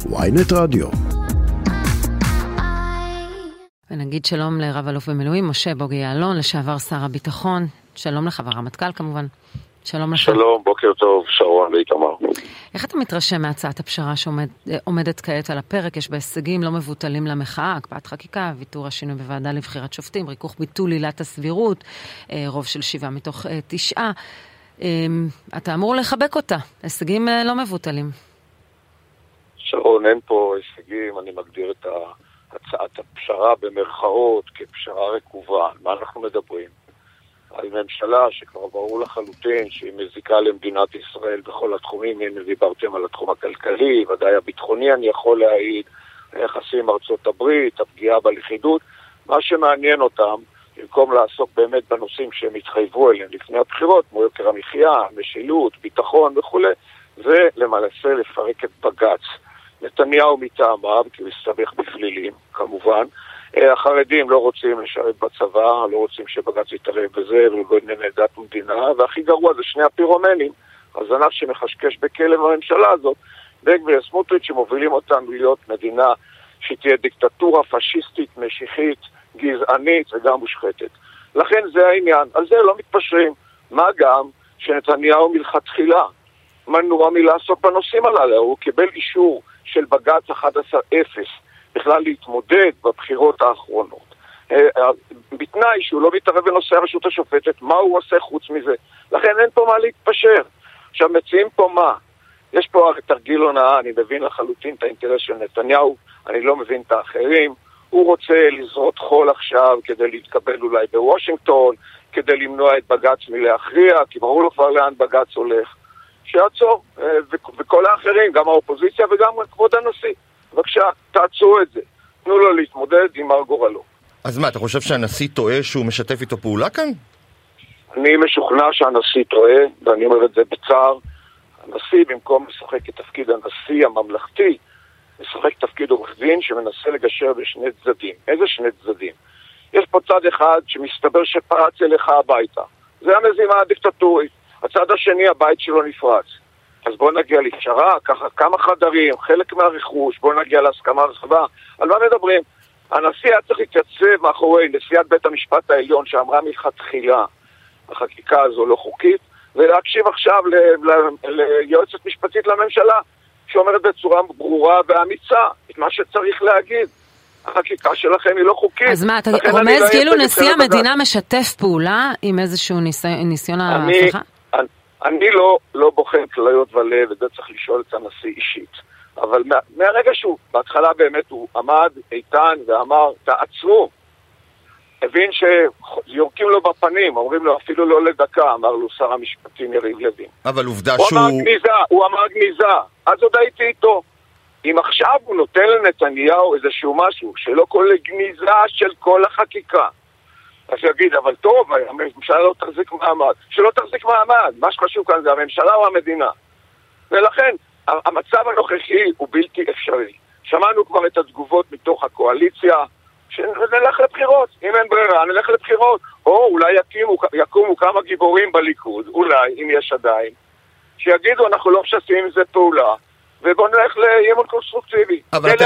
ynet רדיו. ונגיד שלום לרב אלוף במילואים משה בוגי יעלון, לשעבר שר הביטחון. שלום לך, והרמטכ"ל כמובן. שלום לך. שלום, בוקר טוב, שרון ואיתמר. איך אתה מתרשם מהצעת הפשרה שעומדת כעת על הפרק? יש בהישגים לא מבוטלים למחאה, הקפאת חקיקה, ויתור השינוי בוועדה לבחירת שופטים, ריכוך ביטול עילת הסבירות, רוב של 7 מתוך 9. אתה אמור לחבק אותה, הישגים לא מבוטלים. שרון, אין פה הישגים, אני מגדיר את הצעת הפשרה במרכאות כפשרה רקובה. מה אנחנו מדברים? על ממשלה שכבר ברור לחלוטין שהיא מזיקה למדינת ישראל בכל התחומים. הנה דיברתם על התחום הכלכלי, ודאי הביטחוני, אני יכול להעיד, היחסים עם ארצות הברית, הפגיעה בלכידות. מה שמעניין אותם, במקום לעסוק באמת בנושאים שהם התחייבו אליהם לפני הבחירות, כמו יוקר המחיה, משילות, ביטחון וכו', זה למעשה לפרק את בג"ץ. נתניהו מטעמם, כי הוא הסתבך בפלילים, כמובן. החרדים לא רוצים לשרת בצבא, לא רוצים שבג"ץ יתערב בזה, ולגודני דת ומדינה, והכי גרוע זה שני הפירומנים, הזנב שמחשקש בכלב הממשלה הזאת, בן גביר וסמוטריץ' שמובילים אותנו להיות מדינה שתהיה דיקטטורה פשיסטית, משיחית, גזענית וגם מושחתת. לכן זה העניין, על זה לא מתפשרים. מה גם שנתניהו מלכתחילה מנוע מלעסוק בנושאים הללו, הוא קיבל אישור של בג"ץ 11-0 בכלל להתמודד בבחירות האחרונות. בתנאי שהוא לא מתערב בנושא הרשות השופטת, מה הוא עושה חוץ מזה? לכן אין פה מה להתפשר. עכשיו מציעים פה מה? יש פה תרגיל הונאה, אני מבין לחלוטין את האינטרס של נתניהו, אני לא מבין את האחרים. הוא רוצה לזרות חול עכשיו כדי להתקבל אולי בוושינגטון, כדי למנוע את בג"ץ מלהכריע, כי ברור לו כבר לאן בג"ץ הולך. שיעצור, וכל האחרים, גם האופוזיציה וגם כבוד הנשיא. בבקשה, תעצרו את זה. תנו לו להתמודד עם מר גורלו. אז מה, אתה חושב שהנשיא טועה שהוא משתף איתו פעולה כאן? אני משוכנע שהנשיא טועה, ואני אומר את זה בצער. הנשיא, במקום לשחק את תפקיד הנשיא הממלכתי, לשחק תפקיד עורך דין שמנסה לגשר בשני צדדים. איזה שני צדדים? יש פה צד אחד שמסתבר שפרץ אליך הביתה. זה המזימה הדיקטטורית. הצד השני, הבית שלו נפרץ. אז בואו נגיע לפשרה, ככה כמה חדרים, חלק מהרכוש, בואו נגיע להסכמה רחבה. על מה מדברים? הנשיא היה צריך להתייצב מאחורי נשיאת בית המשפט העליון שאמרה מלכתחילה החקיקה הזו לא חוקית, ולהקשיב עכשיו ליועצת משפטית לממשלה שאומרת בצורה ברורה ואמיצה את מה שצריך להגיד. החקיקה שלכם היא לא חוקית. אז מה, אתה רומז כאילו נשיא המדינה משתף פעולה עם איזשהו ניסיון ההפיכה? אני לא בוחן כליות ולב, וזה צריך לשאול את הנשיא אישית. אבל מהרגע שהוא, בהתחלה באמת הוא עמד איתן ואמר, תעצרו. הבין שיורקים לו בפנים, אומרים לו אפילו לא לדקה, אמר לו שר המשפטים יריב לוין. אבל עובדה הוא אמר גניזה, אז עוד הייתי איתו. אם עכשיו הוא נותן לנתניהו איזשהו משהו שלא כולל גניזה של כל החקיקה, אז יגיד, אבל טוב, הממשלה לא תחזיק מעמד. שלא תחזיק מעמד. מה שחשוב כאן זה הממשלה או המדינה. ולכן, המצב הנוכחי הוא בלתי אפשרי. שמענו כבר את התגובות מתוך הקואליציה, שנלך לבחירות. אם אין ברירה, נלך לבחירות. או אולי יקומו כמה גיבורים בליכוד, אולי, אם יש עדיין, שיגידו, אנחנו לא משסים עם זה פעולה, ובואו נלך לאי-אמון קונסטרוקטיבי.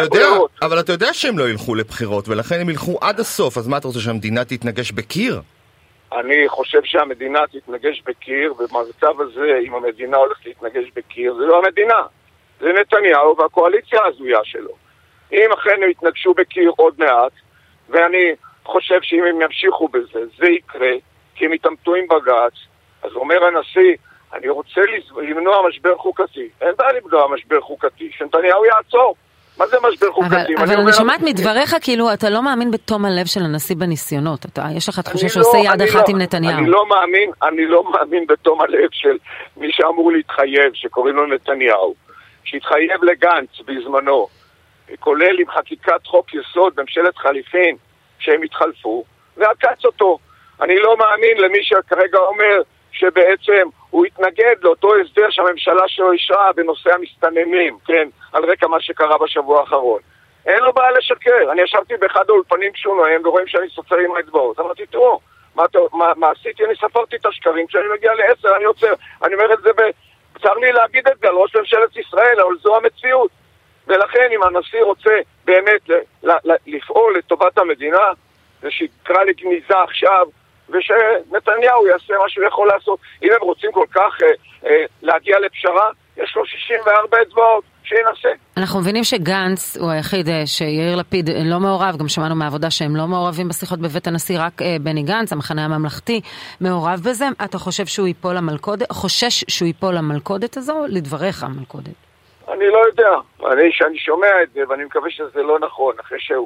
אבל אתה יודע שהם לא ילכו לבחירות, ולכן הם ילכו עד הסוף. אז מה אתה רוצה, שהמדינה תתנגש בקיר? אני חושב שהמדינה תתנגש בקיר, ובמצב הזה, אם המדינה הולכת להתנגש בקיר, זה לא המדינה. זה נתניהו והקואליציה הזויה שלו. אם אכן הם יתנגשו בקיר עוד מעט, ואני חושב שאם הם ימשיכו בזה, זה יקרה, כי הם יתעמתו עם בג"ץ. אז אומר הנשיא, אני רוצה למנוע משבר חוקתי. אין בעיה למנוע משבר חוקתי, שנתניהו יעצור. מה זה משבר חוקתי? אבל אני שומעת מדבריך כאילו אתה לא מאמין בתום הלב של הנשיא בניסיונות. יש לך תחושה שעושה יד אחת עם נתניהו. אני לא מאמין בתום הלב של מי שאמור להתחייב, שקוראים לו נתניהו, שהתחייב לגנץ בזמנו, כולל עם חקיקת חוק יסוד ממשלת חליפין, שהם התחלפו, ועקץ אותו. אני לא מאמין למי שכרגע אומר שבעצם הוא התנגד לאותו הסדר שהממשלה שלו אישרה בנושא המסתננים, כן, על רקע מה שקרה בשבוע האחרון. אין לו בעיה לשקר. אני ישבתי באחד האולפנים כשהוא נוהם, ורואים שאני סופר עם האצבעות. אמרתי, תראו, מה עשיתי? אני ספרתי את השקרים, כשאני מגיע ל10, אני עוצר. אני אומר את זה צר לי להגיד את זה על ראש ממשלת ישראל, אבל זו המציאות. ולכן אם הנשיא רוצה באמת לפעול לטובת המדינה, זה שיקרא לגניזה עכשיו, ושנתניהו יעשה מה שהוא יכול לעשות. אם הם רוצים כל כך להגיע לפשרה, יש לו 64 אצבעות, שינסה. אנחנו מבינים שגנץ הוא היחיד שיאיר לפיד לא מעורב, גם שמענו מהעבודה שהם לא מעורבים בשיחות בבית הנשיא, רק בני גנץ, המחנה הממלכתי, מעורב בזה. אתה חושב שהוא ייפול למלכודת? חושש שהוא ייפול למלכודת הזו? לדבריך המלכודת. אני לא יודע. שאני שומע את זה, ואני מקווה שזה לא נכון, אחרי שהוא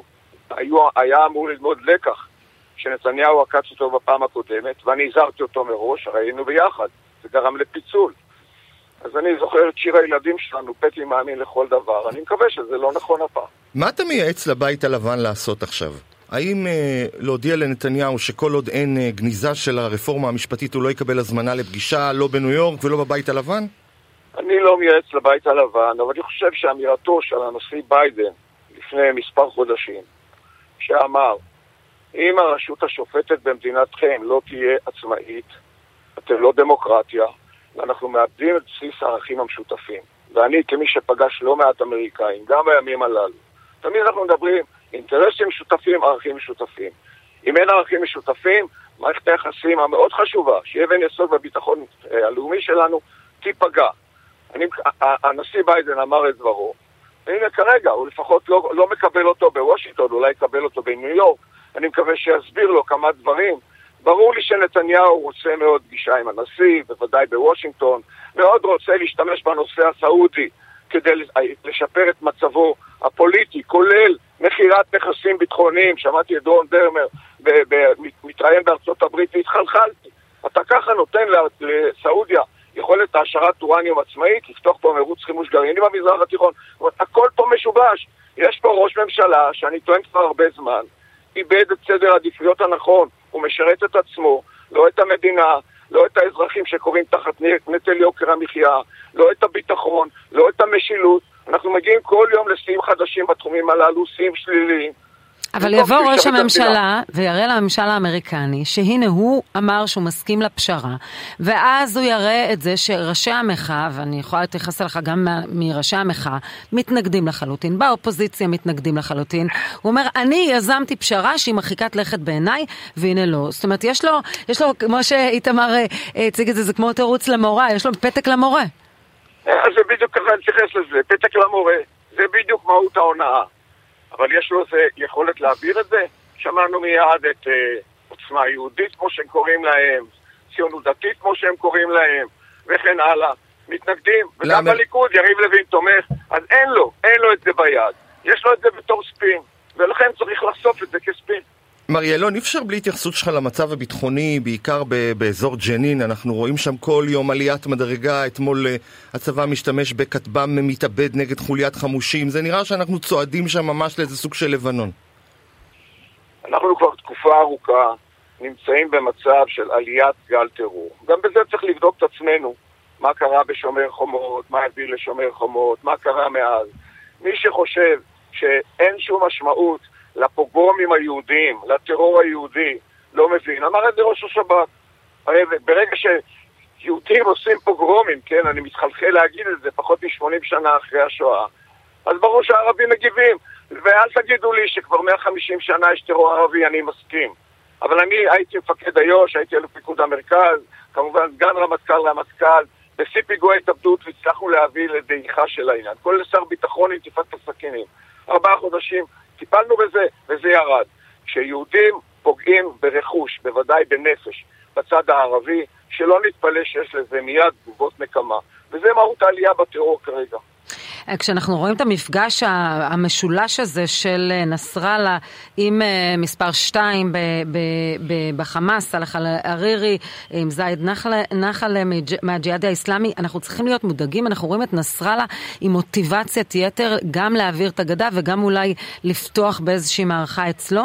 היה אמור ללמוד לקח, שנתניהו עקץ אותו בפעם הקודמת, ואני הזהרתי אותו מראש, ראינו ביחד. זה גרם לפיצול. אז אני זוכר את שיר הילדים שלנו, פטי מאמין לכל דבר. אני מקווה שזה לא נכון הפעם. מה אתה מייעץ לבית הלבן לעשות עכשיו? האם להודיע לנתניהו שכל עוד אין גניזה של הרפורמה המשפטית הוא לא יקבל הזמנה לפגישה לא בניו יורק ולא בבית הלבן? אני לא מייעץ לבית הלבן, אבל אני חושב שאמירתו של הנשיא ביידן לפני מספר חודשים, שאמר, אם הרשות השופטת במדינתכם לא תהיה עצמאית, אתם לא דמוקרטיה, ואנחנו מאבדים את בסיס הערכים המשותפים. ואני, כמי שפגש לא מעט אמריקאים, גם בימים הללו, תמיד אנחנו מדברים, אינטרסים משותפים, ערכים משותפים. אם אין ערכים משותפים, מערכת היחסים המאוד חשובה, שהיא אבן יסוד בביטחון הלאומי שלנו, תיפגע. הנשיא ביידן אמר את דברו, והנה כרגע, הוא לפחות לא מקבל אותו בוושינגטון, אולי יקבל אותו בניו יורק, אני מקווה שיסביר לו כמה דברים. ברור לי שנתניהו רוצה מאוד פגישה עם הנשיא, בוודאי בוושינגטון, מאוד רוצה להשתמש בנושא הסעודי כדי לשפר את מצבו הפוליטי, כולל מחירת נכסים ביטחוניים. שמעתי את דורון דרמר מתראיין בארצות הברית והתחלחלתי. אתה ככה נותן לסעודיה יכולת העשרת אורניום עצמאית, לפתוח פה מרוץ חימוש גרעיני במזרח התיכון. הכל פה משובש. יש פה ראש ממשלה שאני טוען כבר הרבה זמן, איבד את סדר העדיפויות הנכון, הוא משרת את עצמו, לא את המדינה, לא את האזרחים שקוראים תחת נטל יוקר המחיה, לא את הביטחון, לא את המשילות. אנחנו מגיעים כל יום לשיאים חדשים בתחומים הללו, שיאים שליליים. אבל יבוא ראש הממשלה ויראה לממשל האמריקני שהנה הוא אמר שהוא מסכים לפשרה, ואז הוא יראה את זה שראשי המחאה, ואני יכולה להתייחס לך גם מראשי המחאה, מתנגדים לחלוטין, באופוזיציה מתנגדים לחלוטין. הוא אומר, אני יזמתי פשרה שהיא מרחיקת לכת בעיניי, והנה לא. זאת אומרת, יש לו כמו שאיתמר הציג את זה, זה כמו תירוץ למורה, יש לו פתק למורה. אז זה בדיוק ככה אני מתייחס לזה, פתק למורה, זה בדיוק מהות ההונאה. אבל יש לו איזה יכולת להעביר את זה. שמענו מיד את עוצמה יהודית כמו שהם קוראים להם, ציונות דתית כמו שהם קוראים להם, וכן הלאה. מתנגדים, וגם בליכוד יריב לוין תומך, אז אין לו את זה ביד. יש לו את זה בתור ספין, ולכן צריך לחשוף את זה כספין. מריאלון, אפשר בלי התייחסות שלך למצב הביטחוני, בעיקר באזור ג'נין, אנחנו רואים שם כל יום עליית מדרגה, אתמול הצבא משתמש בכטב"ם מתאבד נגד חוליית חמושים, זה נראה שאנחנו צועדים שם ממש לאיזה סוג של לבנון. אנחנו כבר תקופה ארוכה נמצאים במצב של עליית גל טרור. גם בזה צריך לבדוק את עצמנו, מה קרה בשומר חומות, מה הביא לשומר חומות, מה קרה מאז. מי שחושב שאין שום משמעות לפוגרומים היהודיים, לטרור היהודי, לא מבין. אמר את זה ראש השב"כ. ברגע שיהודים עושים פוגרומים, כן, אני מתחלחל להגיד את זה, פחות מ-80 שנה אחרי השואה, אז ברור שהערבים מגיבים. ואל תגידו לי שכבר 150 שנה יש טרור ערבי, אני מסכים. אבל אני הייתי מפקד איו"ש, הייתי אלוף פיקוד המרכז, כמובן סגן רמטכ"ל, בשיא פיגועי התאבדות, והצלחנו להביא לדעיכה של העניין. כל שר ביטחון עם תקיפת הסכינים. 4 חודשים טיפלנו בזה, וזה ירד. כשיהודים פוגעים ברכוש, בוודאי בנפש, בצד הערבי, שלא נתפלא שיש לזה מיד תגובות נקמה. וזה מהות העלייה בטרור כרגע. כשאנחנו רואים את המפגש המשולש הזה של נסראללה עם מספר 2 בחמאס, סלאח אל-ערירי, עם זייד נחל מהג'יהאד האסלאמי, אנחנו צריכים להיות מודאגים. אנחנו רואים את נסראללה עם מוטיבציית יתר גם להעביר את הגדה וגם אולי לפתוח באיזושהי מערכה אצלו?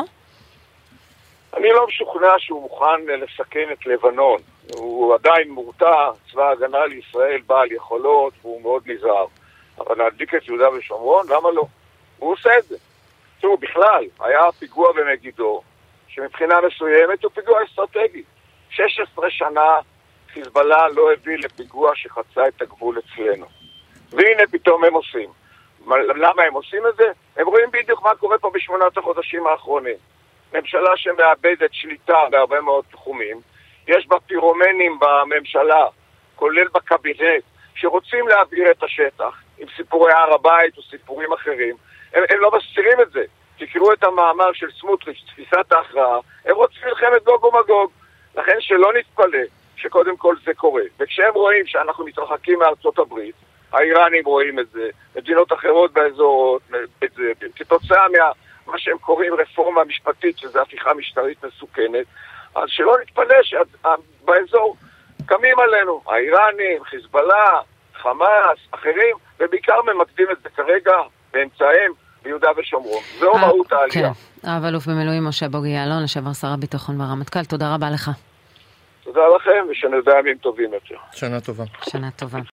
אני לא משוכנע שהוא מוכן לסכן את לבנון. הוא עדיין מורתע, צבא ההגנה לישראל בעל יכולות והוא מאוד נזהר. אבל להדליק את יהודה ושומרון, למה לא? הוא עושה את זה. תראו, בכלל, היה פיגוע במגידו, שמבחינה מסוימת הוא פיגוע אסטרטגי. 16 שנה חיזבאללה לא הביא לפיגוע שחצה את הגבול אצלנו. והנה פתאום הם עושים. למה הם עושים את זה? הם רואים בדיוק מה קורה פה בשמונת החודשים האחרונים. ממשלה שמאבדת שליטה בהרבה מאוד תחומים, יש בה פירומנים בממשלה, כולל בקבינט, שרוצים להעביר את השטח עם סיפורי הר הבית או סיפורים אחרים. הם לא מסתירים את זה. תקראו את המאמר של סמוטריץ', תפיסת ההכרעה, הם רוצים מלחמת גוג ומגוג. לכן שלא נתפלא שקודם כל זה קורה. וכשהם רואים שאנחנו מתרחקים מארצות הברית, האיראנים רואים את זה, מדינות אחרות באזור את זה, כתוצאה מה שהם קוראים רפורמה משפטית, שזה הפיכה משטרית מסוכנת, אז שלא נתפלא שבאזור קמים עלינו, האיראנים, חיזבאללה, חמאס, אחרים, ובעיקר ממקדים את זה כרגע באמצעים ביהודה ושומרון. זו מהות העלייה. כן, האלוף במילואים משה בוגי יעלון, לשעבר שר הביטחון והרמטכ"ל, תודה רבה לך. תודה לכם, ושנדע ימים טובים יותר. שנה טובה. שנה טובה.